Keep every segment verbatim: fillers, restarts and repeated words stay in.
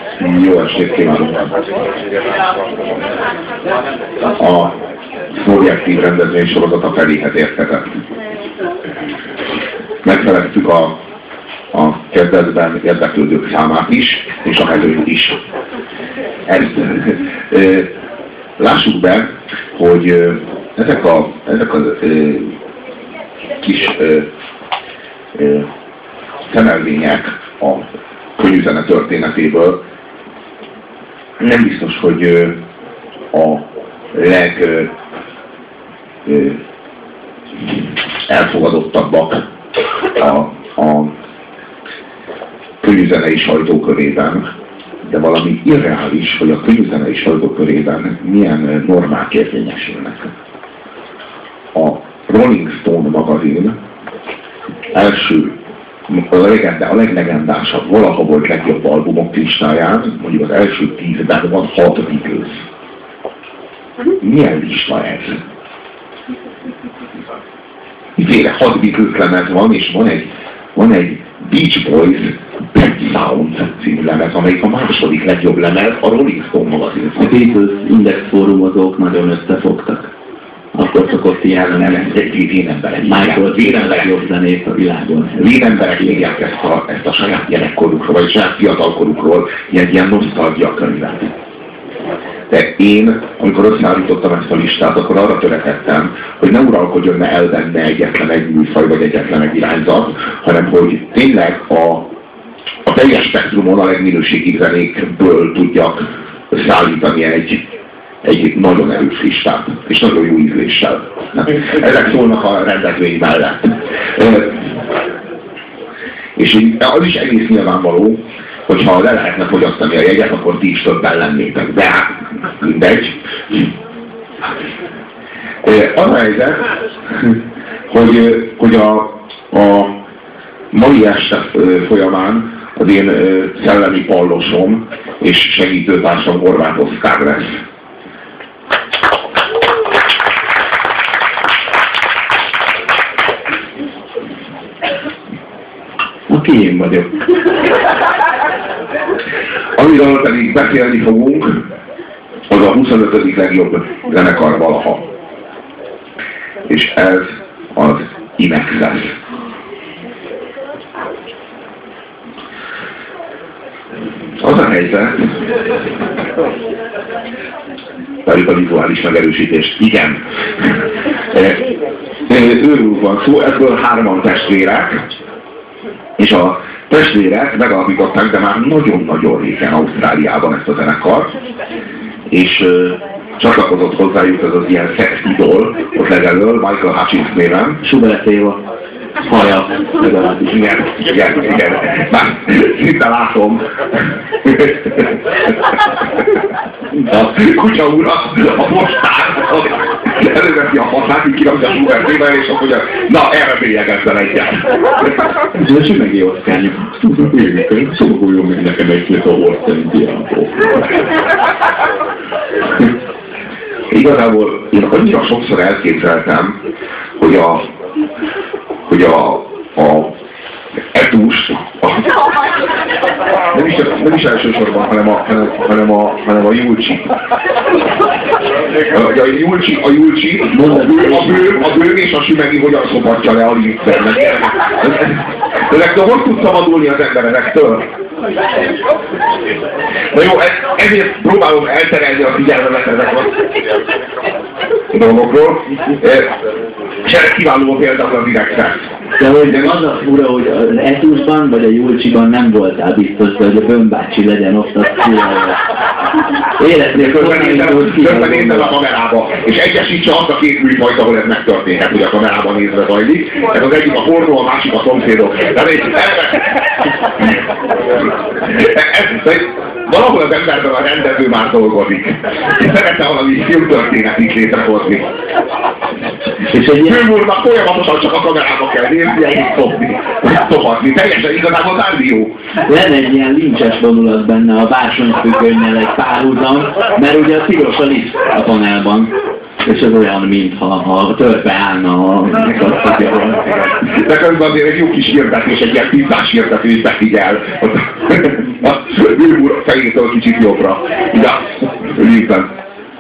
Jó estét kívánok! A szubjektív rendezvény sorozata feléhez érkezett. Megfeleztük a, a kezdetben érdeklődők számát is, és a mezőt is. Ezt, ö, lássuk be, hogy ö, ezek a, ezek a ö, kis ö, ö, szemelvények a könyvzene történetéből nem biztos, hogy ö, a leg ö, ö, elfogadottabbak a, a könyvzenei sajtókörében, de valami irreális, hogy a könyvzenei sajtókörében milyen normák érvényesülnek. A Rolling Stone magazin első, a, legende, a leglegendásabb, valaha volt legjobb albumok listáján, mondjuk az első tízben van hat Beatles. Milyen lista ez? Miféle hat Beatles lemez van, és van egy, van egy Beach Boys Bad Sound című lemez, amelyik a második legjobb lemez a Rolling Stone magazin. A Beatles Index fórumozók nagyon összefogtak. Akkor szokott ilyen nem, ez egy vénemberek. Michael Jackson legjobb zenész a világon. Vénemberek írják ezt a, ezt a saját gyerekkorukról, vagy saját fiatalkorukról, ilyen, ilyen nosztalgia könyvet. De én, amikor összeállítottam ezt a listát, akkor arra törekedtem, hogy ne uralkodjon ne el benne egyetlen egy műfaj, vagy egyetlen egy irányzat, hanem hogy tényleg a, a teljes spektrumon a legminőségibb zenékből tudjak összeállítani egy, egy nagyon erős listát, és nagyon jó ízléssel. Ezek szólnak a rendezvény mellett. És az is egész nyilvánvaló, hogyha le lehetne fogyasztani a jegyet, akkor ti is többen lennétek. De hát, mindegy. Az a helyzet, hogy, hogy a, a mai este folyamán az én szellemi pallosom és segítőtársam Horváth Oszkár lesz. Aki én vagyok. Amiről pedig beszélni fogunk, az a huszonötödik legjobb zenekar valaha. És ez az Inexes. Az a helyzet, várjuk a vizuális megerősítést. Igen. Őről van szó, ebből hárman testvérek, és a testvérek megalapították, de már nagyon-nagyon régen Ausztráliában ezt a zenekart, és uh, csatlakozott hozzájuk ez az ilyen sex idol, ott legelől, Michael Hutchins néven. Schubert Éva. Haja, legalábbis. Igen, igen, igen. Már szinte látom. A kutya úr, a postár, előveszi a faszát, így kirakja a Schubert Éva, és azt mondja, na, erre bélyegezzel egyet. Ez a meg jó szkányok. Szolgoljon meg nekem egy-két a horszentiából. Igazából én annyira sokszor elképzeltem, hogy a hogy a, a etús, a, nem, is, nem is elsősorban, hanem a, hanem, hanem a, hanem a Julcsi. A, a Julcsi, a Julcsi, a bőr, a bőr, a bőr és a sümegi hogyan szopatja le a lincszernek. Ezektől hogy tud szabadulni az ember ezektől? Na jó, ezért próbálom elterelni a figyelmemet ezek a dolgokról. És ez kiváló például az Inexes. De hogy az a fura, hogy az Etusban vagy a Julcsiban nem voltál biztos, hogy a Bömbácsi legyen ott a szülőre. Életnél közben nézzel a kamerába, és egyesítse azt a két műfajt, ahol ez megtörténhet, hogy a kamerában nézve zajlik. Ez az egyik a pornó, a másik a szomszédok. Valahol az emberben a rendező már dolgozik. Szeretne valami filmtörténetit létrehozni. És egy ilyen... Főmúrnak folyamatosan csak a kamerába kell nézni, egyik szopni. Szopatni. Teljesen igazából már jó. Lenne egy ilyen lincses vonulat benne a bársonyfüggönnyel egy párhuzam, mert ugye a piros a liszt a panelban. És az olyan, mintha a törpe állna a megasztatja. De közben azért egy jó kis hirdetés, egy ilyen pizzás hirdetés befigyel. A Wilbur fejétől kicsit jobbra. Ja, Lincoln.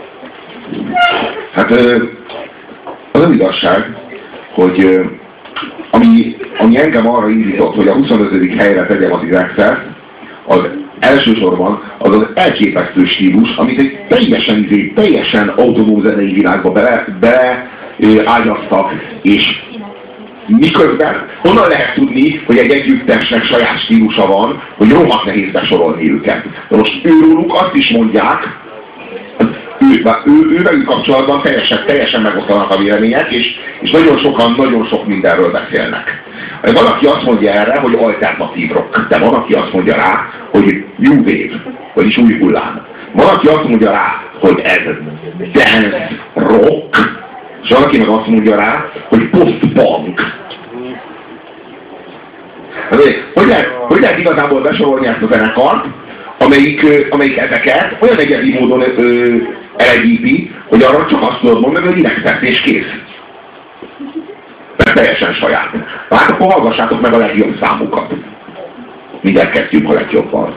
Hát az az igazság, hogy ami, ami engem arra indított, hogy a huszonötödik helyre tegyem az Irexet, az elsősorban az az elképesztő stílus, amit egy teljesen, teljesen autonóm zenei világba bele, bele ágyaztak, és miközben honnan lehet tudni, hogy egy együttesnek saját stílusa van, hogy rohadt nehéz besorolni őket. De most őróluk azt is mondják, ő, ő, ővelük kapcsolatban teljesen, teljesen megosztanak a vélemények, és, és nagyon sokan, nagyon sok mindenről beszélnek. Van, aki azt mondja erre, hogy alternatív rock, de van, aki azt mondja rá, hogy new wave, vagyis új hullám. Van, aki azt mondja rá, hogy ez dance rock, és van, aki meg azt mondja rá, hogy post-punk. Hogy lehet, hogy lehet igazából besorolni ezt a zenekart, amelyik, amelyik ezeket olyan egyedi módon elegyíti, hogy arra csak azt tudod mondani, hogy Irexet, és kész. Mert teljesen saját. Hát akkor hallgassátok meg a legjobb számukat. Mindjárt kezdjük a legjobban.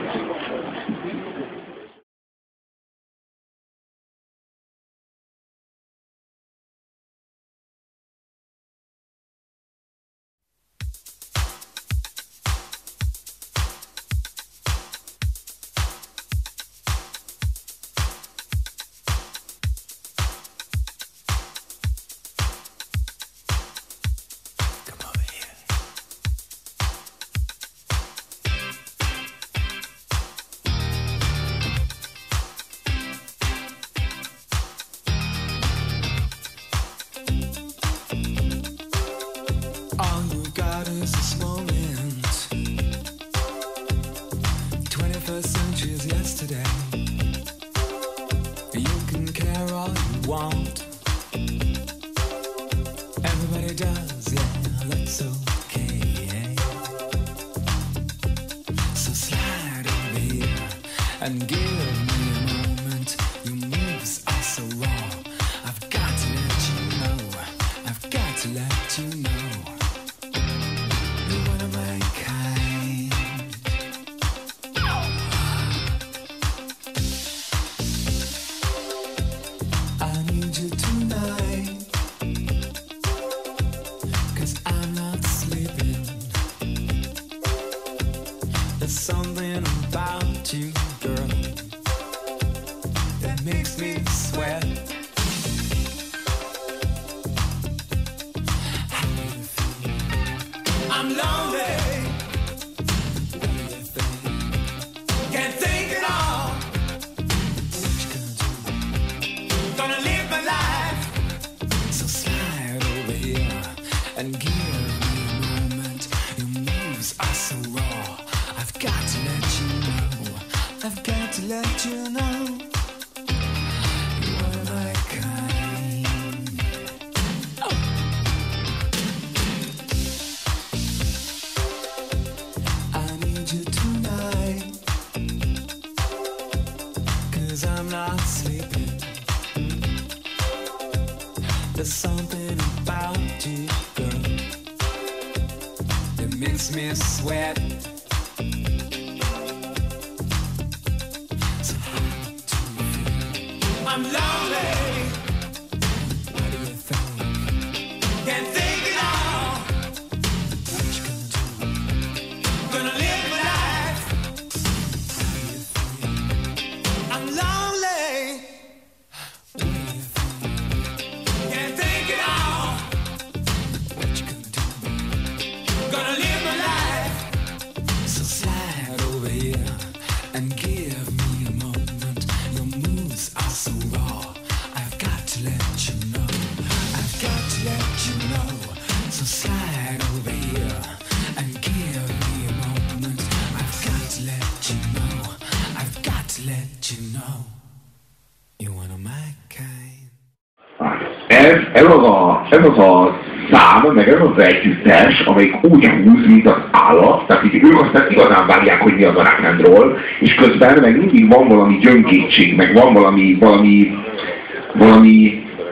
Ez, ez, az a, ez az a szám, meg ez az együttes, amelyik úgy húz, mint az állat, tehát így ők aztán igazán vágják, hogy mi az a rock and roll, és közben meg mindig van valami gyöngétség, meg van valami, valami, valami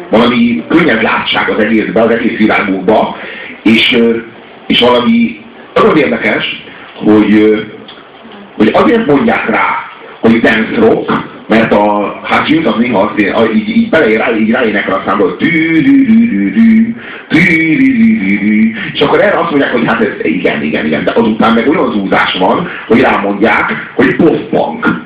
valami könnyed látság az egészbe, az egész világunkba, és, és valami nagyon érdekes, hogy, hogy azért mondják rá, hogy dance rock, mert a Hutchins az néha azt így, így beleér rá, így ráénekel a számba, hogy tű-dű-dű-dű-dű, tű-dű-dű-dű-dű, és akkor erre azt mondják, hogy hát ez igen, igen, igen, de azután meg olyan zúzás van, hogy rámondják, hogy post-punk.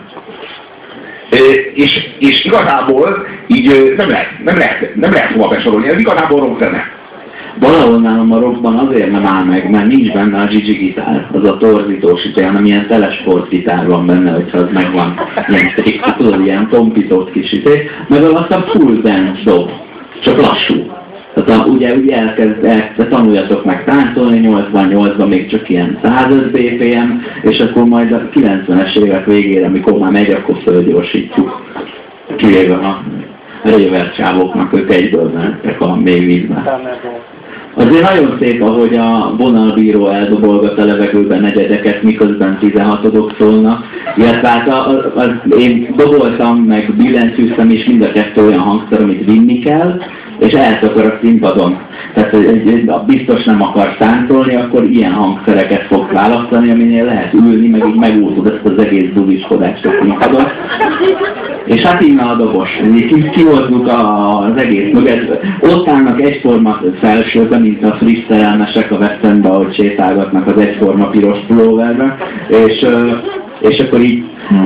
És, és igazából így nem lehet, nem lehet, nem lehet hova besorolni, ez igazából rock zene. Valahol nálam a rockban azért nem áll meg, mert nincs benne a Gigi gitár, az a torzítós gitár, hanem ilyen telesport gitár van benne, hogyha az megvan, ilyen trik, tudod, ilyen tompított kis idő, meg azt a full dance dob, csak lassú. Tehát ugye, ugye elkezd, elkezd, tanuljatok meg táncolni, nyolcvannyolcban még csak ilyen százöt bé pé em, és akkor majd a kilencvenes évek végére, amikor már megy, akkor fölgyorsítjuk. Kivéve a réver csávóknak, ők egyből mentek a mély vízbe. Azért nagyon szép, ahogy a vonalbíró eldobolgat a levegőben negyedeket, miközben tizenhatodok szólnak. Illetve hát a, a, a, én doboltam, meg billentyűztem, és mind a kettő olyan hangszer, amit vinni kell, és eltakar a színpadon. Tehát hogy biztos nem akar táncolni, akkor ilyen hangszereket fog választani, aminél lehet ülni, meg így megúszod ezt az egész buliskodást a színpadon. És hát így a dobos, így kihozzuk az egész mögött. Ott állnak egyforma felsőben, mint a friss szerelmesek a West Endbe, ahogy sétálgatnak az egyforma piros pulóverben, és, és akkor így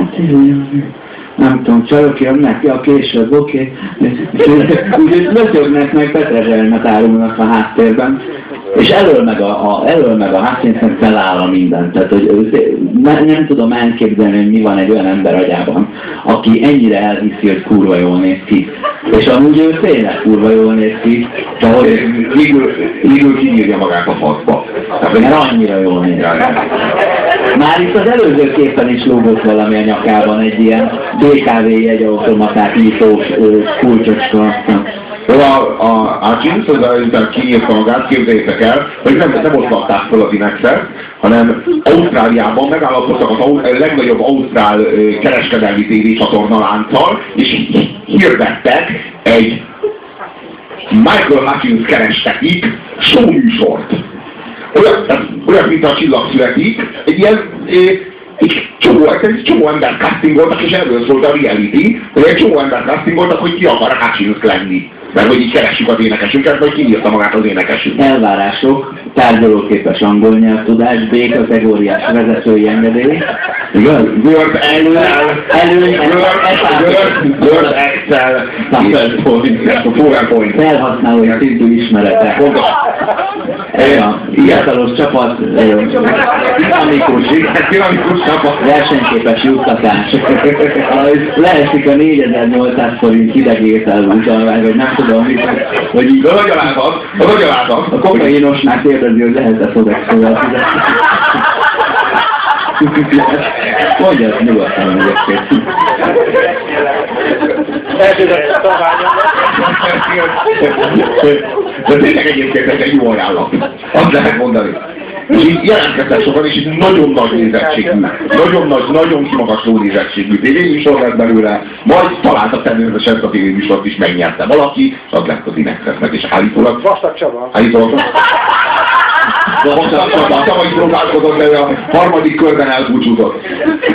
nem tudom, csajok jönnek, ja később, oké. Okay. Úgy löszögnek meg Petrezselmet árulnak a háttérben. És elől meg a, a, elől meg a háttérben feláll a minden. Tehát, hogy nem, nem tudom elképzelni, hogy mi van egy olyan ember agyában, aki ennyire elhiszi, hogy kurva jól néz ki. És amúgy ő tényleg kurva jól néz ki, de hogy végül kinyírja magát a faszba. Mert annyira jól néz ki. Már itt az előző képen is lógott valami a nyakában egy ilyen bé ká vé jegyautomaták nyitós kulcsocska. A, a, a Hutchins az kinyírta magát, képzeljétek el, hogy nem, nem oszlatták fel az Inexet, hanem Ausztráliában megállapodtak az a legnagyobb ausztrál kereskedelmi tévécsatorna lánccal, és hirdettek egy Michael Hutchins kereskedik show műsort. Olyan, olyan, mint a Csillag születik, egy ilyen egy csomó, egy csomó ember castingoltak, és erről szólt a reality, hogy egy csomó ember castingoltak, hogy ki akar Hutchins lenni. Mert hogy így keressük az énekesünket, vagy kinyírta magát az énekesünk. Elvárások, tárgyalóképes angol nyelvtudás, B-kategóriás vezetői engedély. Igaz? Word, Excel, előny, Word, Excel, PowerPoint. Felhasználói szintű ismeretek. Fiatalos csapat, dinamikus, dinamikus csapat, versenyképes juttatás. Leesik a négyezer-nyolcszáz forint hidegétel utalvány, vagy nem tudom mit, hogy így... De nagy alázat, a nagy alázat. A kokainosnál kérdezi, hogy lehet-e Sodexóval fizetni. Mondja, nyugodtan egyébként. De tényleg egyébként ez egy jó ajánlat. Azt lehet mondani. És így jelentkeztek sokan, és így nagyon nagy nézettségű, nagyon nagy, nagyon kimagasló nézettségű tévéműsor lett belőle, majd találtak természetesen ezt a tévéműsort is megnyerte valaki, és az lett az Inexesnek, és állítólag... Vastag Csaba. Állítólag... Vastag Csaba, tavaly próbálkozott, de a harmadik körben elbúcsúzott.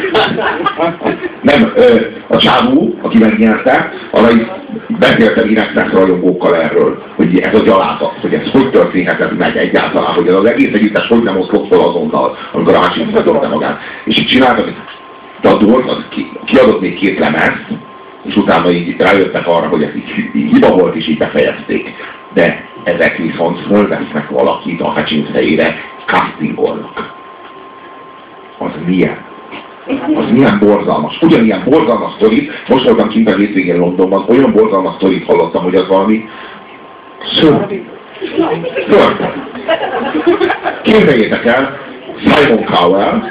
Nem, a csávó, aki megnyerte, arra is beszéltem Inexes rajongókkal erről, hogy ez a gyalázat, hogy ez hogy történhetett meg egyáltalán, hogy ez az egész együttes hogy nem oszlott fel azonnal, amikor a Hutchins bedobta magát. És így csináltak, de a dolg, az ki, kiadott még két lemezt, és utána így rájöttek arra, hogy ez így, így hiba volt, és így befejezték. De ezek viszont fölvesznek valakit a Hutchins helyére, castingolnak. Az milyen? Az milyen borzalmas. Ugyanilyen borzalmas sztorit, most voltam kint a hétvégén Londonban, olyan borzalmas sztorit hallottam, hogy az valami szörny. Szörny. Képzeljétek el, Simon Cowell,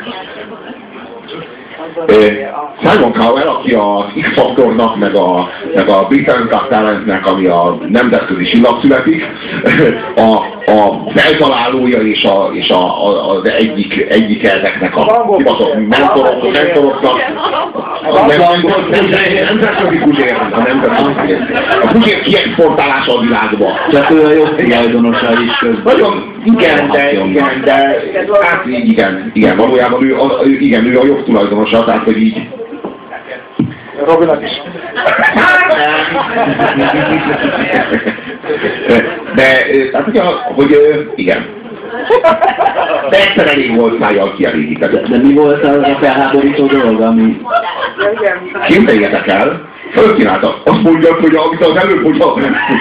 Simon Cowell, aki az X-faktornak, meg a, meg a Britain's Got Talentnek, ami a nemzetközi csillag születik, a, a feltalálója és, a, és a, a, az egyik, egyik ezeknek a kibaszott mentorok, mentoroknak, az nemzetközi Puzsér, a nemzetközi Puzsér. A Puzsér kiexportálása a világba. Csak ő a jogtulajdonosa is közben. Nagyon, igen, de, igen, de, hát igen, igen, valójában ő, a, igen, ő a jogtulajdonosa, tehát hogy így. Robinak is. De, tehát hogy, a, hogy igen. De egyszer elég volt szájjal kielégített. De, de mi volt az a felháborító dolog, ami... Képzeljétek el, fölkínálta. Azt mondja, hogy amit az előbb, hogy a...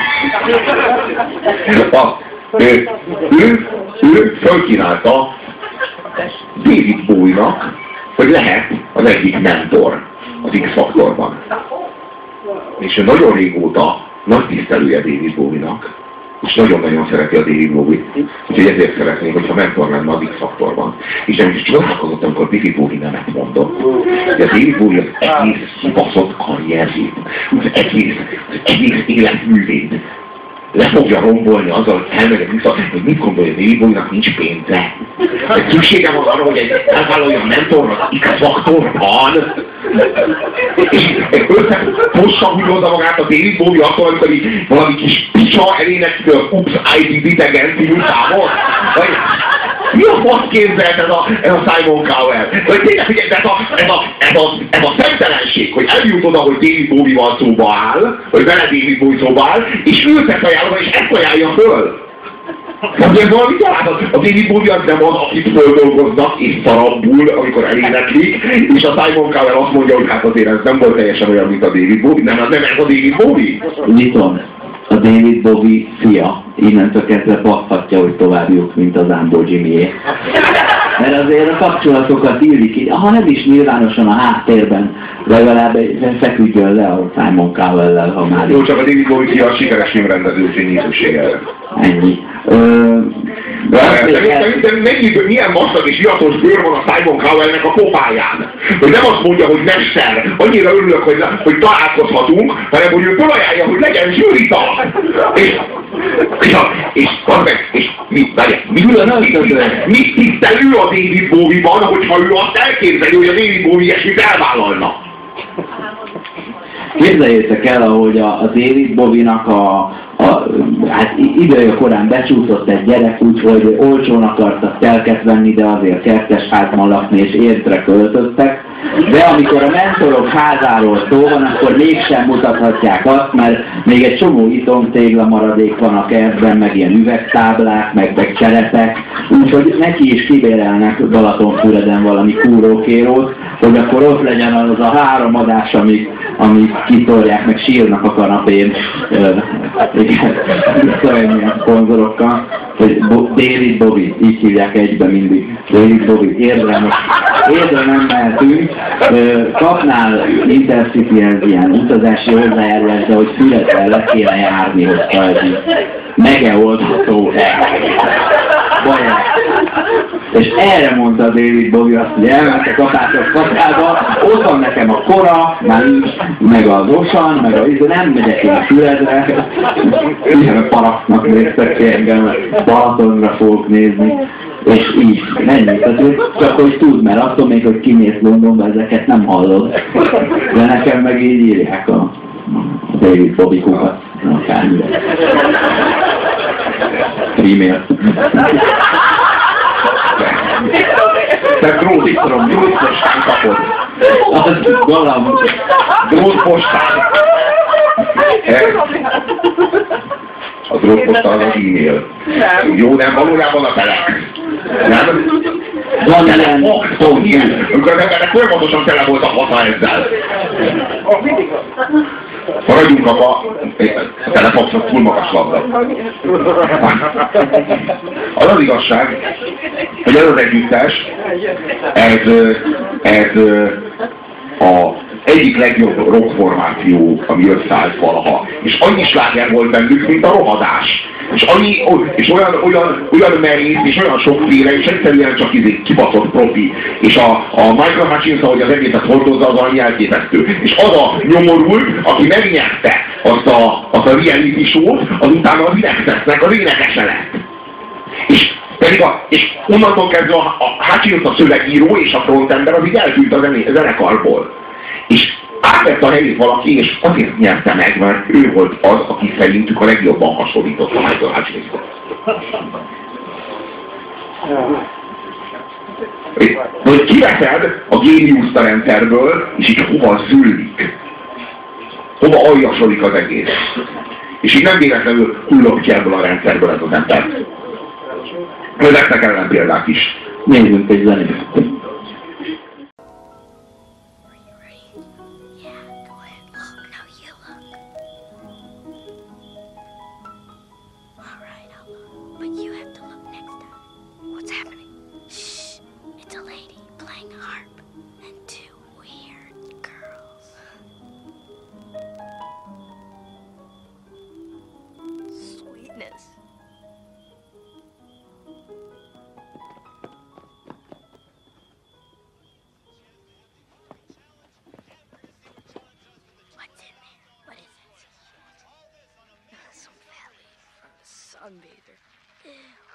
a ő, ő, ő fölkínálta David Bowie-nak, hogy lehet az egyik mentor az X-faktorban. És ő nagyon régóta nagy tisztelője David Bowie-nak, és nagyon-nagyon szereti a David Bowie-t, úgyhogy ezért szeretném, hogyha mentor lenne az X-faktorban. És nem is csodálkozott, amikor David Bowie nemet mondott. De a David Bowie az egész kibaszott karrierjét, az egész, az egész életművét le fogja rombolni azzal, hogy elmegyek vissza, hogy mit gondolja, hogy David Bowie-nak nincs pénze. Hogy szüksége van arra, hogy egy elvállalja a mentornak az X-faktorban. És összepossa húgyozza magát a David Bowie attól, amikor így valami kis picsa elének a Oops, I Did It Again című számot. Mi a fasz képzelt ez a, ez a Simon Cowell? Vagy tényleg, hogy ez a, ez, a, ez, a, ez a szemtelenség, hogy eljut oda, hogy David Bowie-val szóba áll, vagy vele David Bowie szóba áll, és ő tesz ajánlva, és ezt ajánlja föl. Tehát ez valami találhat. A David Bowie az nem az, akit földolgoznak, és szarabbul, amikor eléneklik, és a Simon Cowell azt mondja, hogy hát azért ez nem volt teljesen olyan, mint a David Bowie, nem, nem ez a David Bowie. Viszont a David Bowie fia innentől kezdve bakhatja, hogy tovább jut, mint az Ámbó Jimmyé. Mert azért a kapcsolatokat illik, ha nem is nyilvánosan a háttérben, legalább feküdjön le a Simon Cowell-lel, ha már... Jó, csak a David Bowie fia a sikeres filmrendező, úgyhogy nincs szüksége. Ennyi. Ö, de szerintem mennyiből milyen vastag és illatos bőr van a Simon Cowell-nek a pofáján. Hogy nem azt mondja, hogy mester, annyira örülök, hogy, hogy találkozhatunk, hanem hogy ő felajánlja, hogy legyen zsűritag. És, és, és, és, és mi, várjál, mi, mit tisztel ő a David Bowie-ban, hogyha ő azt elképzeli, hogy a David Bowie ilyesmit elvállalna? Képzeljétek el, ahogy a, a David Bowie-nak a, a hát ideje korán becsúszott egy gyerek, úgyhogy olcsón akartak telket venni, de azért kertesházban lakni és értre költöztek. De amikor a mentorok házáról szó van, akkor mégsem mutathatják azt, mert még egy csomó itomtégla maradék van a kertben, meg ilyen üvegtáblák, meg, meg cserepek, úgyhogy neki is kibérelnek Balatonfüreden valami kúrókérót, hogy akkor ott legyen az a három adás, amik, amik kitolják, meg sírnak a kanapén, igen, ilyen szponzorokkal, hogy David Bowie, így hívják egyben mindig, David Bowie, érdre most, érdre nem mehetünk, kapnál Intercity-hez ilyen utazási hozzájárulás, de hogy Füredre le kéne járni, hogy ez meg-e oldható baját. És erre mondta David Bowie azt, hogy elmentek apátok katába, ott van nekem a Kora, már nincs, meg az Osan, meg a Izé, nem megyek én a Füredre, ilyen a paraknak néztek ki engem, Balatonra fogok nézni, és így, ennyi. Csak hogy tud, mert attól még, hogy kimész Londonba, ezeket nem hallod. De nekem meg így írják a David Bowie-kukat, akármire. E-mail. Te drótpostán, drótpostán kapod. Az valam. Drótpostán. A drótpostán az e-mail. Jó, nem, valójában a telex. Nem? Van ilyen Fox, ilyen. Amikor az embernek folyamatosan tele volt a hata ezzel. Maradjunk abba, a telefoxot túl magas labda. Az az igazság, hogy ez az együttes, ez, ez a egyik legjobb rockformáció, ami összeállt valaha. És annyi sláger volt bennük, mint a rohadás. És, annyi, és olyan, olyan, olyan merész, és olyan sokféle, és egyszerűen csak izé kibaszott profi. És a, a Michael Hutchins, ahogy az egészet hordozza, az annyi elképesztő. És az a nyomorult, aki megnyerte azt a, azt a reality show-t, az utána az Inexesnek az énekese lett. És pedig a, és onnantól kezdve a, a Hutchins a szövegíró és a frontember az így eltűnt a zenekarból. És rávett a helyét valaki, és azért nyerte meg, mert ő volt az, aki szerintük a legjobban hasonlított a Michael Hutchinsonhoz. Hogy kiveszed a géniuszt a rendszerből, és így hova züllik. Hova aljasodik az egész. És így nem véletlenül hullott ki ebből a rendszerből ez az ember. Lesznek ellen példák is. Nézzünk egy zenét. Sunbather. Ew.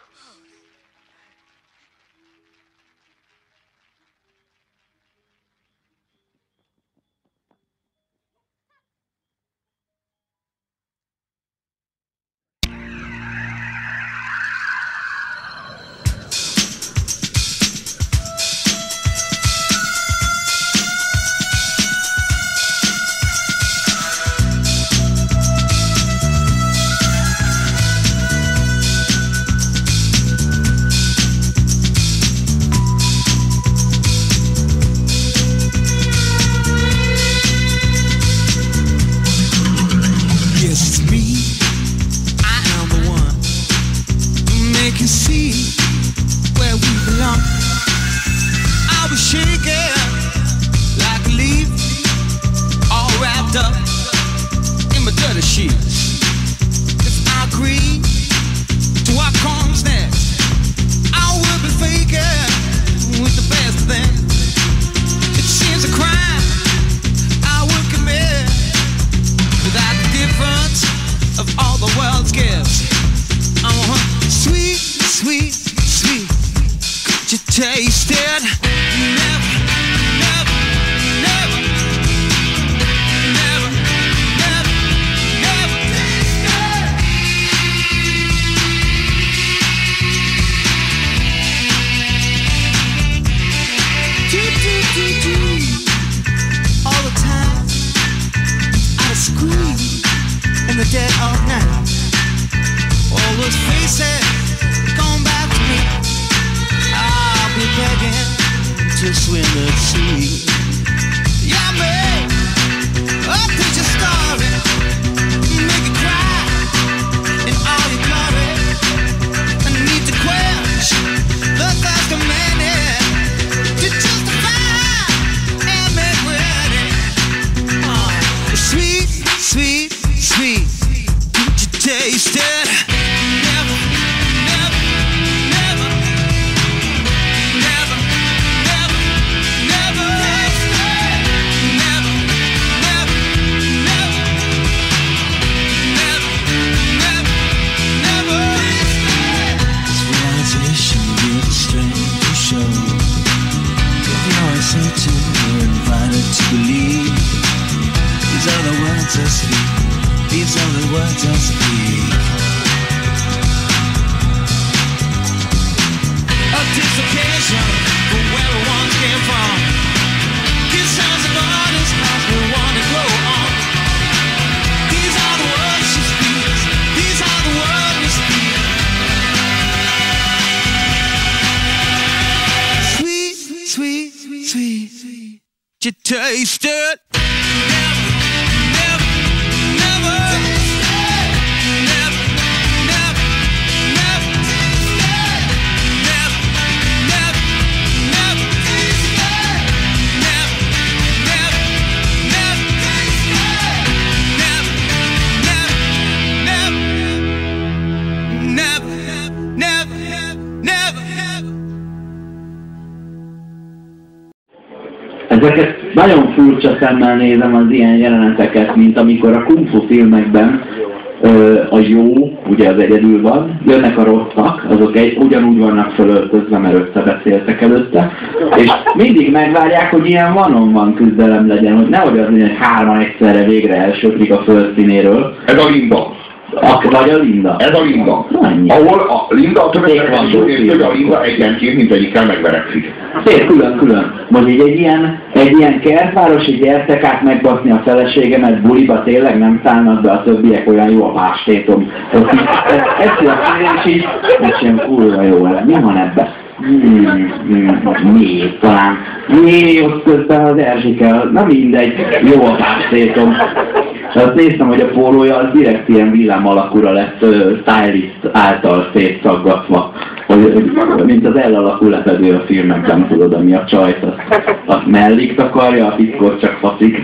Ezeket nagyon furcsa szemmel nézem az ilyen jeleneteket, mint amikor a kung fu filmekben A jó, ugye az egyedül van, jönnek a rosszak, azok egy, ugyanúgy vannak fölöltözve, mert összebeszéltek előtte, és mindig megvárják, hogy ilyen van-on-van küzdelem legyen, hogy nehogy az legyen, hogy hárman egyszerre végre elsöprik a földszínéről. Ez a Linda. A, vagy a Linda. Ez a Linda. Annyi. Ahol a Linda a többet hogy a Linda egyenként mindegyikkel megverekszik. Szép, külön-külön. Most így egy ilyen, egy ilyen kertvárosi gyertek át megbaszni a feleségemet buliba, tényleg nem szállnak be a többiek, olyan jó a pástétom. Ezt a és így, és ilyen kurva jó, mi van ebben? Hmm, hmm, mi, talán mi, ott közben az Erzsike, na mindegy, jó a pástétom. Azt néztem, hogy a pólója az direkt ilyen villám alakúra lett uh, stylist által szétszaggatva. Hogy, mint az L alakú lepedő a filmekben, tudod, ami a csajt, azt, azt mellik takarja, a piszkot csak faszik.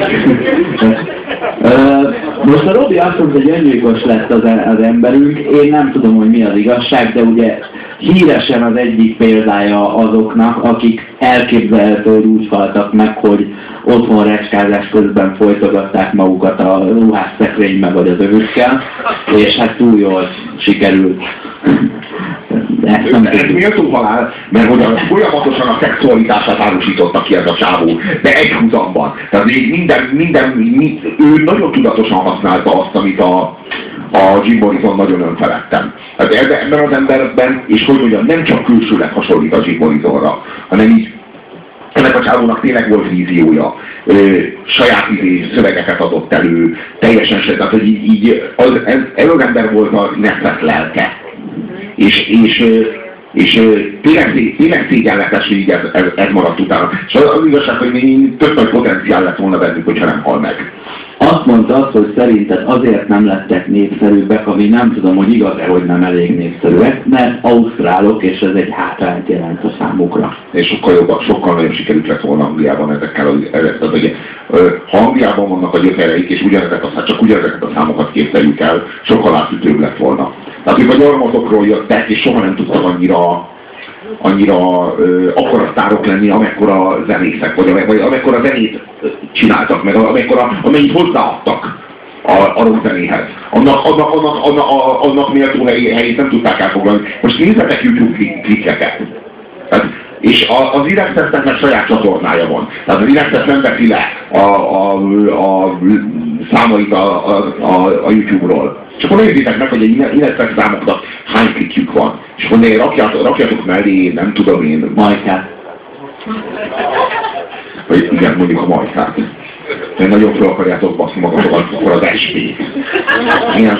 uh, most a Robi azt mondta, hogy öngyilkos lett az, az emberünk, én nem tudom, hogy mi az igazság, de ugye híresen az egyik példája azoknak, akik elképzelhető, hogy úgy haltak meg, hogy otthon recskázás közben folytogatták magukat a ruhásszekrénybe vagy az övükkel, és hát túl jól sikerült. Ezt nem ez méltó halál, mert hogy a, folyamatosan a szexualitását árusította ki ez a csávó, de egy húzamban. Tehát minden, minden, mind, ő nagyon tudatosan használta azt, amit a, a Jim Morrison nagyon önfeledten. Hát ebben az emberben, és hogy mondjam, nem csak külsőleg hasonlít a Jim Morrisonra, hanem így ennek a csávónak tényleg volt víziója, ö, saját idő szövegeket adott elő, teljesen se, tehát hogy így, így az, ez, ez az ember volt a Netflix lelke. És, és, és tényleg, tényleg szégyenletes, hogy ez, ez, ez maradt utána. És az, az igazság, hogy még több nagy potenciál lett volna bennük, hogyha nem hal meg. Azt mondta azt, hogy szerinted azért nem lettek népszerűbbek, ami nem tudom, hogy igaz-e, hogy nem elég népszerűek, mert ausztrálok, és ez egy hátrányt jelent a számukra. És sokkal jobb, sokkal nagyobb sikerük lett volna Angliában ezekkel, az, ezekkel az, ha Angliában vannak a gyökereik, és ugyanezek a, csak ugyanezeket a számokat képzeljük el, sokkal átütőbb lett volna. Tehát ők a gyarmatokról jöttek, és soha nem tudtak annyira, annyira ö, akkora sztárok lenni, amekkora zenészek, vagy, vagy amekkora zenét csináltak meg, amekkora, amennyit hozzáadtak a, a rock zenéhez. Annak, annak, annak, annak, annak méltó helyét nem tudták elfoglalni. Most nézzetek YouTube klikkeket. És az Irexesnek meg saját csatornája van. Tehát az Irexes nem veszi le a, a, a számait a, a, a, a YouTube-ról. És akkor nézzétek meg, hogy egy Irexes számoknak hány klikkjük van. És akkor ne rakjátok, rakjátok mellé, nem tudom én, Majkát. Vagy igen, mondjuk a Majkát. Mert nagyon fel akarjátok baszni magatokat, akkor az es pé. Igen.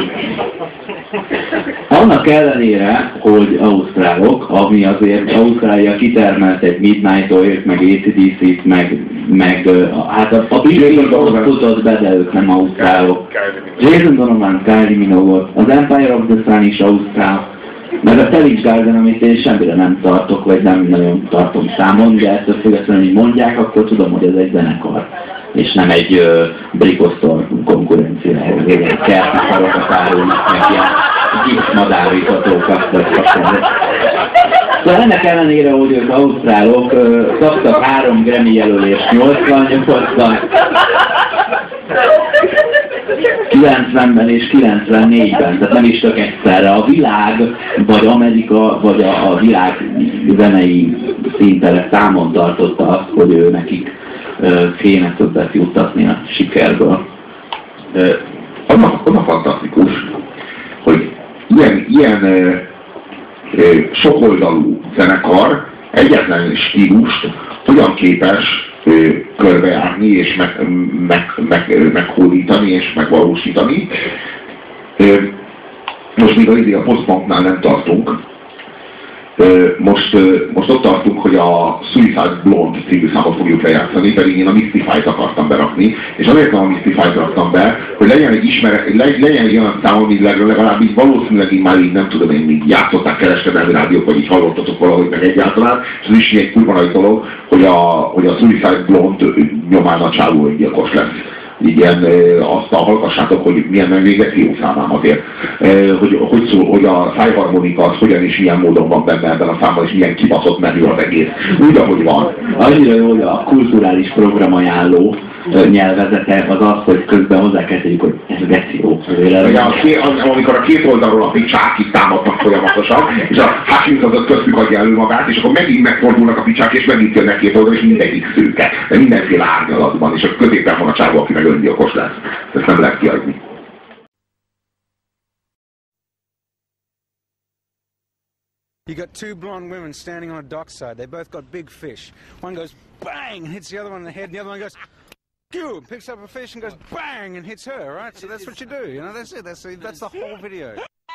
Annak ellenére, hogy ausztrálok, ami azért Ausztrália kitermelt egy Midnight Oil-t, meg á cé dé cét, meg, meg hát a, a Beatles futott be, de ők nem ausztrálok. Jason Donovan, Kylie Minogue, az Empire of the Sun is ausztrál, meg a Felix Garden, amit én semmire nem tartok, vagy nem nagyon tartom számon, de ettől függetlenül, hogy mondják, akkor tudom, hogy ez egy zenekar. És nem egy uh, brikosztor konkurencia, hogy egy kerti szarokat árulnak, meg ilyen gipszmadáríthatókat. Szóval ennek ellenére, hogy az ausztrálok uh, kaptak három Grammy jelölést nyolcvannyolcban, kilencvenben és kilencvennégyben, tehát nem is csak egyszerre. A világ, vagy Amerika, vagy a, a világ zenei szintere számon tartotta azt, hogy ő nekik kéne többet juttatni a sikerből. Az a, az a fantasztikus, hogy ilyen, ilyen ö, ö, sokoldalú zenekar egyetlen stílust hogyan képes ö, körbejárni és meg, meg, meg, meghódítani és megvalósítani. Ö, most még a post-punknál nem tartunk. Most, most ott tartunk, hogy a Suicide Blonde című számot fogjuk lejátszani, pedig én a Mystify-t akartam berakni, és azért nem a Mystify-t raktam be, hogy legyen egy ismeret, legyen egy olyan szám, amit legalább így valószínűleg így már így nem tudom én, így játszották kereskedelmi rádiók, vagy így hallottatok valahogy meg egyáltalán, és ez is egy kurva nagy dolog, hogy a, hogy a Suicide Blonde nyomán a csávó egy gyilkos lesz. Így ilyen, azt hallgassátok, hogy milyen nem végre triószámám azért, hogy, hogy, szól, hogy a szájharmonika az hogyan és milyen módon van benne ebben a számban, és milyen kibaszott menő az egész. Úgy, ahogy van. Annyira jó, hogy a kulturális programajánló nyelvezete az az, hogy közben hozzákezdjük, hogy ez geci jó. Amikor a két oldalról a picsák itt támadnak folyamatosan, és a Hutchins az köztük adja elő magát, és akkor megint megfordulnak a picsák, és megint jönnek két oldal, és mindegyik szőke. De mindenféle árnyalatban, és a középen van a csávó, aki meg öngyilkos lesz. Ezt nem lehet kiadni. You got two blonde women standing on a dockside. They both got big fish. One goes bang and hits the other one in the head, and the other one goes Phew, picks up a fish and goes bang and hits her, right? So that's what you do, you know, that's it, that's the, that's the whole video.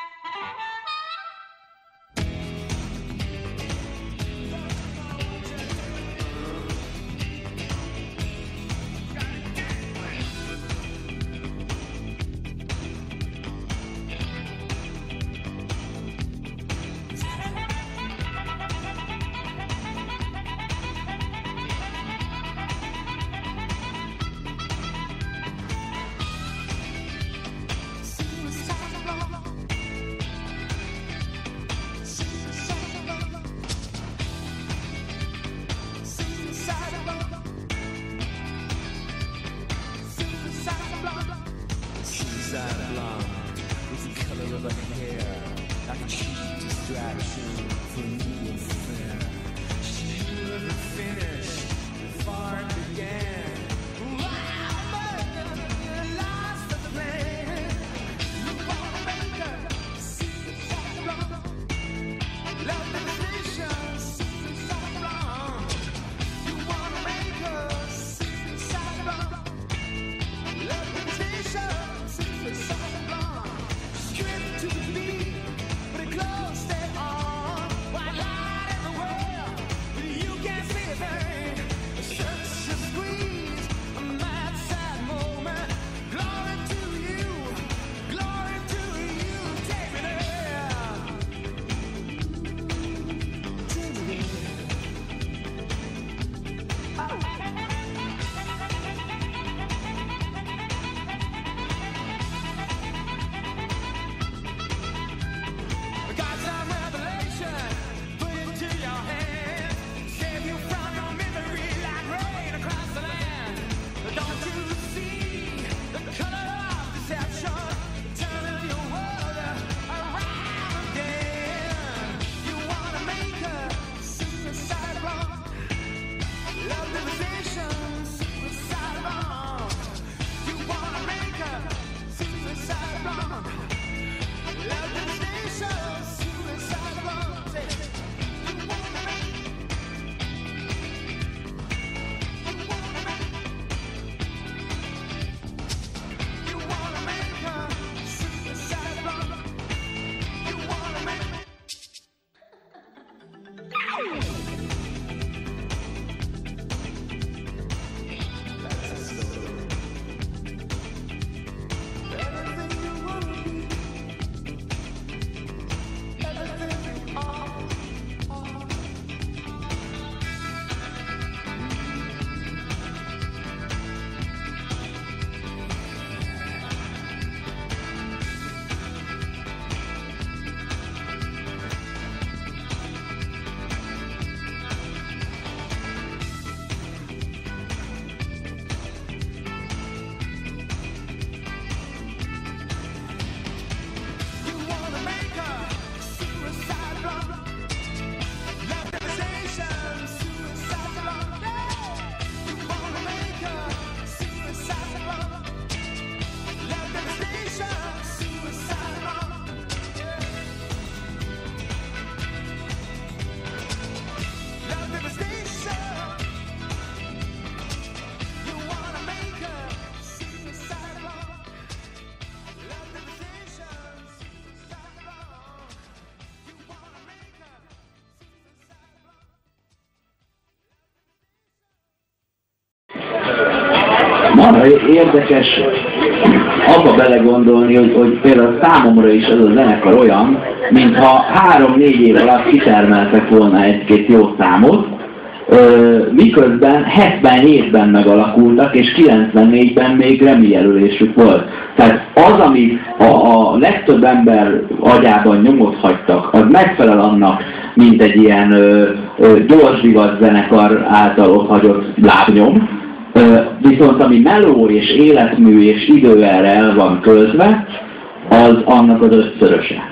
Marha érdekes abba belegondolni, hogy, hogy például számomra is ez a zenekar olyan, mintha három-négy év alatt kitermeltek volna egy-két jó számot, miközben hetvenhétben megalakultak, és kilencvennégyben még Grammy jelölésük volt. Tehát az, amit a, a legtöbb ember agyában nyomot hagytak, az megfelel annak, mint egy ilyen ö, ö, gyors divat zenekar által ott hagyott lábnyom, Viszont ami meló és életmű és idő erre el van költve, az annak az ötszöröse.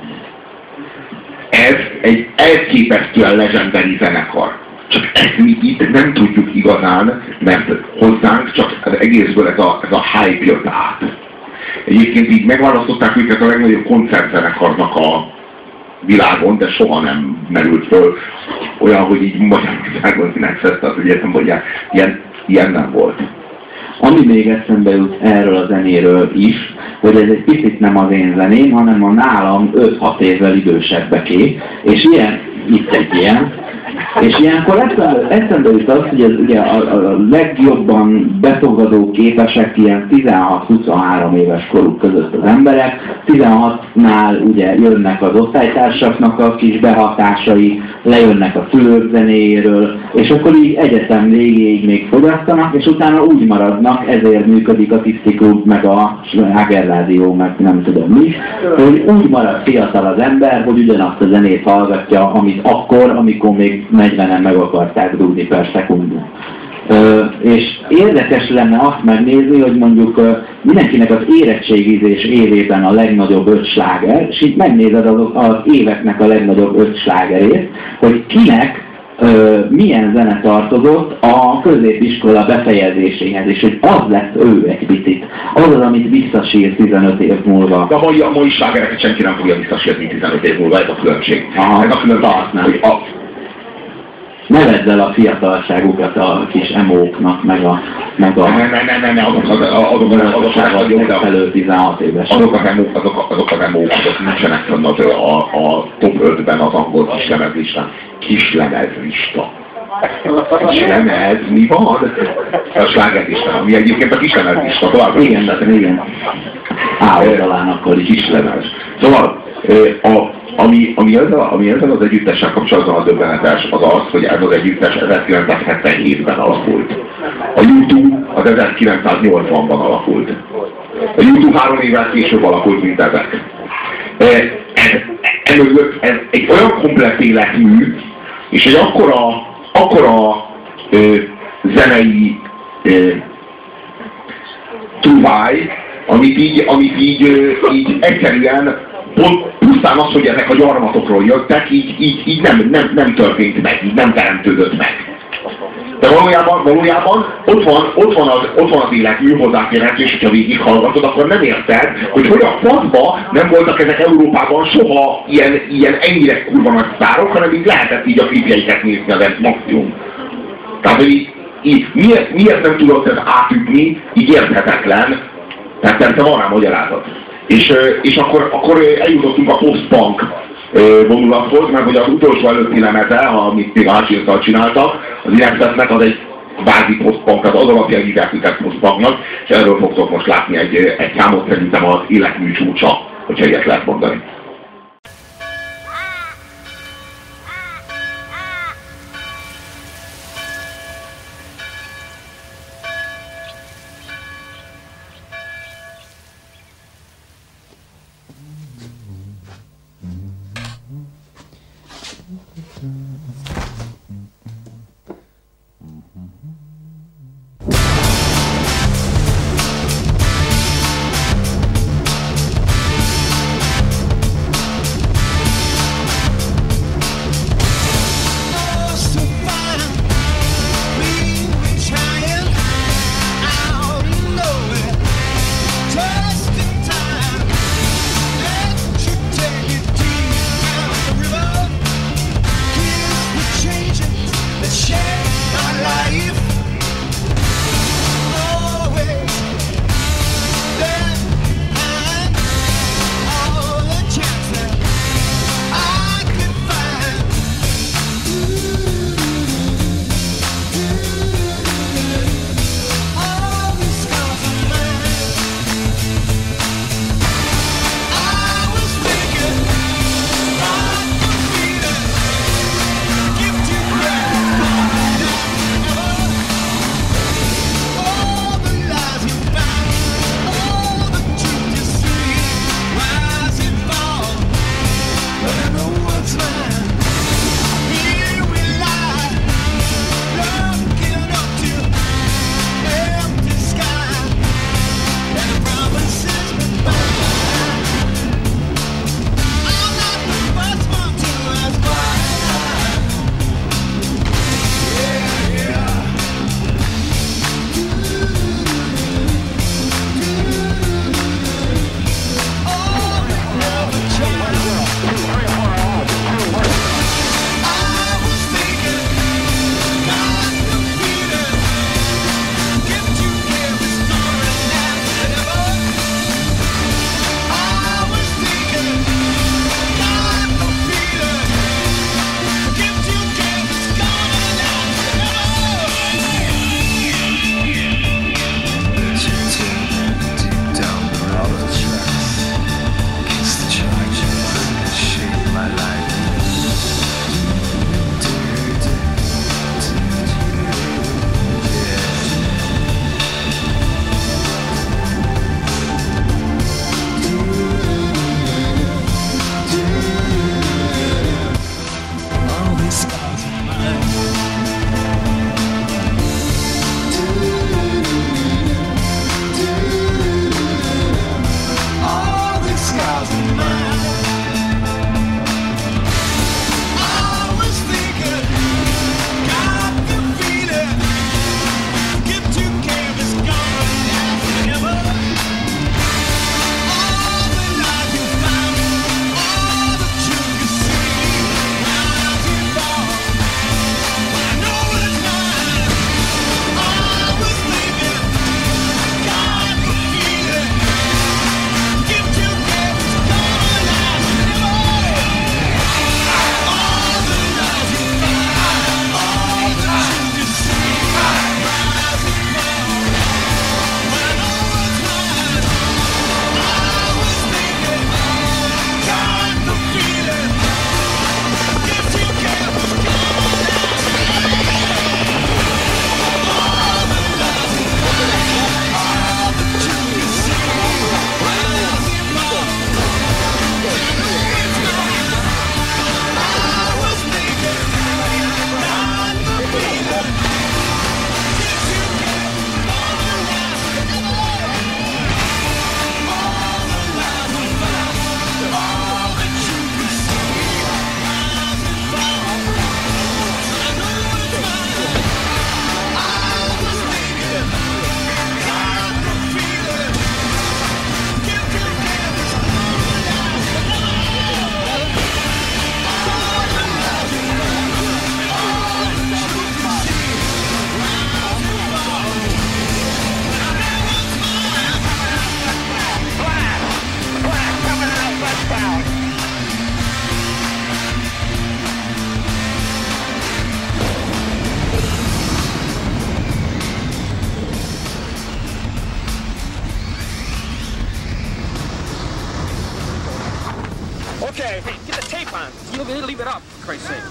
Ez egy elképesztően legendary zenekar. Csak ezt mi itt nem tudjuk igazán, mert hozzánk csak az egészből ez a, ez a hype jött át. Egyébként így megválasztották őket a legnagyobb koncertzenekarnak a világon, de soha nem merült föl olyan, hogy így Magyarországon színegszett, tehát ugye nem mondják, ilyen, ilyen nem volt. Ami még eszembe jut erről a zenéről is, hogy ez egy picit nem az én zeném, hanem a nálam öt-hat évvel idősebbeké, és ilyen, itt egy ilyen, és ilyenkor eszembe jut az, hogy ez ugye a, a legjobban befogadó képesek ilyen tizenhat-huszonhárom éves koruk között az emberek, tizenhatnál ugye jönnek az osztálytársaknak a kis behatásai, lejönnek a szülők zenéjéről, és akkor így egyetem végéig még fogyasztanak, és utána úgy maradnak, ezért működik a Tiszti Klub, meg a Sláger Rádió, meg nem tudom mi, hogy úgy marad fiatal az ember, hogy ugyanazt a zenét hallgatja, amit akkor, amikor még negyvenen meg akarták dugni per szekundum. Ö, és érdekes lenne azt megnézni, hogy mondjuk ö, mindenkinek az érettségizés évében a legnagyobb öt sláger, és itt megnézed az, az éveknek a legnagyobb öt slágerét, hogy kinek ö, milyen zene tartozott a középiskola befejezéséhez, és hogy az lesz ő egy picit. Az az, amit visszasír tizenöt év múlva. De a mai, a mai slágereket senki nem fogja visszasírni tizenöt év múlva, ez a különbség. Aha, ez a különbség, hogy a, ne vedd el a fiatalságukat a kis emóknak, meg a... Meg a ne, ne, ne, ne, ne, azok az azok az azok az elő tizenhat éves. Azok az emók, azok, azok az emók, azok nincsenek fönn az, a, a top ötben az angol kislemezlistán. Kislemezlista. Kislemez, mi van? A slágerlista, ami egyébként a kislemezlista, tovább. Igen, de igen. Á, oldalán akkor is kislemez. Szóval, a Ami, ami, ezzel, ami ezzel az együttessel kapcsolatban a döbbenetes, az az, hogy ez az együttes ezerkilencszázhetvenhétben alakult. A YouTube az ezerkilencszáznyolcvanban alakult. A YouTube három évvel később alakult, mint ezek. Ez, ez, ez egy olyan komplett életmű, és egy akkora, akkora ö, zenei ö, truváj, amit így, amit így, ö, így egyszerűen pont pusztán az, hogy ezek a gyarmatokról jöttek, így, így, így nem, nem, nem történt meg, így nem teremtődött meg. De valójában, valójában ott, van, ott, van az, ott van az életmű, hozzáférhető, és hogyha végighallgatod, akkor nem érted, hogy hogy a faszba nem voltak ezek Európában soha ilyen, ilyen ennyire kurva nagy sztárok, hanem így lehetett így a klipjeiket nézni az maximum. Tehát, hogy így, így miért, miért nem tudott ez átütni, így érthetetlen, tehát persze van rá magyarázat. És, és akkor, akkor eljutottunk a post-punk vonulathoz, mert hogy az utolsó előtti lemeze, amit még a Hutchinson csináltak, az Inexesnek az egy kvázi post-punk, az az alapján hívják őket post-punknak, és erről fogtok most látni egy, egy számot, szerintem az életmű csúcsa, hogyha ilyet lehet mondani. Okay, hey, get the tape on. You leave it up, for Christ's sake.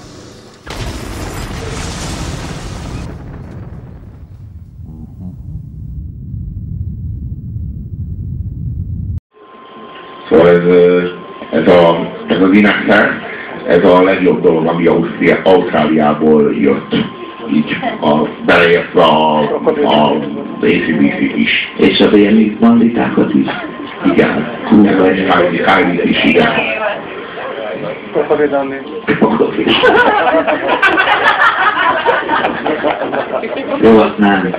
Szóval ez, ez, a, ez az Inexer, ez a legjobb dolog, ami Ausztria, Ausztráliából jött. Így a, beleértve a, a á cé dé cé is. És a Vérmix banditákat is. Igen. Kurva és Kylie is, igen. Krokodil Dandi. Jó, azt nem.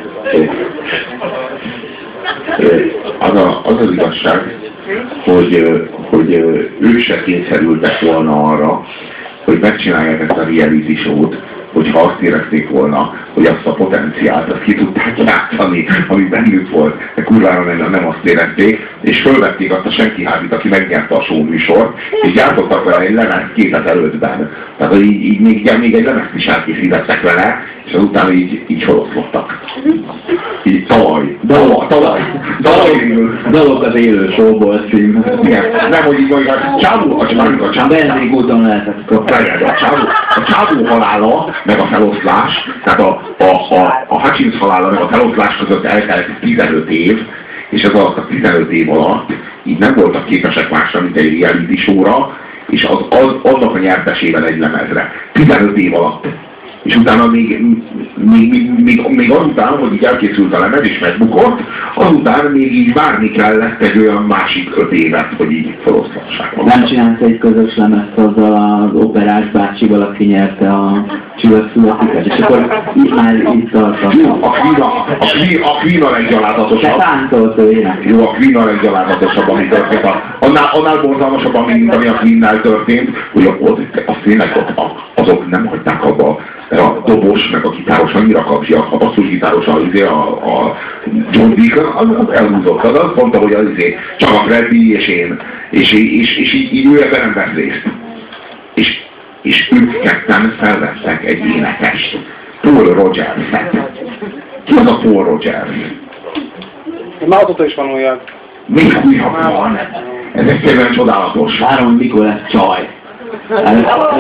Az, a, az az igazság, hogy, hogy ők se kényszerültek volna arra, hogy megcsinálják ezt a reality show-t, hogyha azt érezték volna, hogy azt a potenciált, azt ki tudták játszani, ami bennük volt, de kurvára nem, nem azt érezték, és fölvették azt a senki házit, aki megnyerte a show műsort, és gyártottak vele egy lemezt kétezer-ötben. Tehát így, így még, még egy lemezt is elkészítettek vele, és azután így, így horoszlottak. Így tavaly, tavaly, tavaly, tavaly. Dalok az élő showból cím. Igen, nem, hogy így mondjuk a csávó, a csávó, a csávó. Benzégúton lehetett kapni. A csávó, a csávó halála, meg a feloszlás, tehát a, a, a, a Hutchins halála, meg a feloszlás között eltelt tizenöt év, és ez alatt a tizenöt év alatt így nem voltak képesek másra, mint egy reality show-ra, és az, az, annak a nyertesével egy lemezre. tizenöt év alatt. És utána még, még, még, még, még azután, hogy így elkészült a lemez és megbukott, azután még így várni kellett egy olyan másik öt évet, hogy így feloszlassák magukat. Nem csinálta egy közös lemezt azzal az operás bácsival, aki nyerte a csillagszületiket, és akkor így már itt tartom. A Queen a, a, Queen, a Queen a leggyalázatosabb. Te táncolt ő ének. Jó, a Queen a leggyalázatosabb, ami történt. Annál, annál borzalmasabb, mint ami a Queen-nel történt, hogy ott, azt tényleg ott, azok nem hagyták abba. A dobos, meg a gitáros annyira kapja, a basszusgitáros, a, a, a John Deacon, az, az elhúzott, az azt mondta, hogy az izé, csak a Freddy és én, és, és, és így, így ő ebben nem vesz részt. És, és ők ketten felvettek egy énekest, Paul Rogers-et. Ki az a Paul Rogers? Már azóta is van olyan. Még újabb van. Ez egyszerűen csodálatos. Várom, mikor lesz csaj. De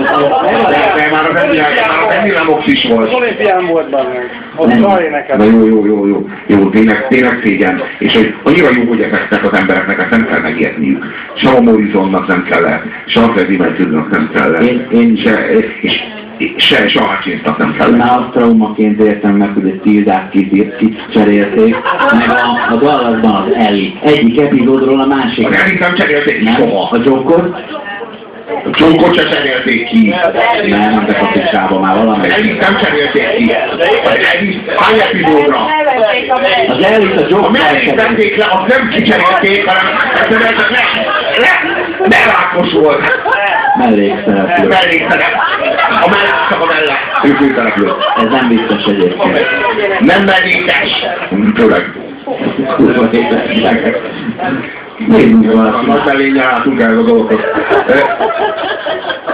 már az ennyire mox is volt. Az olimpián volt benne. Ott csaj énekel. Na jó, jó, jó, jó. Jó, tényleg, tényleg szégyen. És hogy annyira jó, hogy ezeknek az embereknek ezt nem kell megérteniük. Se a Morrisonnak nem kellett, se a Freddie Mercurynak nem kellett. Én, én se, és, se, se a Hutchinsnak nem kellett. Már azt traumaként értem meg, hogy a Tildát kicserélték, meg a, a Dallasban az Ellie. Egyik epizódról a másik. Az Ellie nem cserélték ki soha. A Joker? A csókot se cserélték ki. Nem, mentek a picsába már valamelyik. Elit nem cserélték ki. Az Elit hány epizódra? Az Elit a Joker. A mellét tették le, azt nem kicserélték, hanem egyszerűen csak le, le, berákos volt. Mellékszereplő. Mellékszereplő. A mellett, csak a mellett. Ő főszereplő. Ez nem biztos egyébként. Nem mellékes. Főleg. Kurva élet. Nézzük valaki. Nagy mellényel látunk el a dolgokat.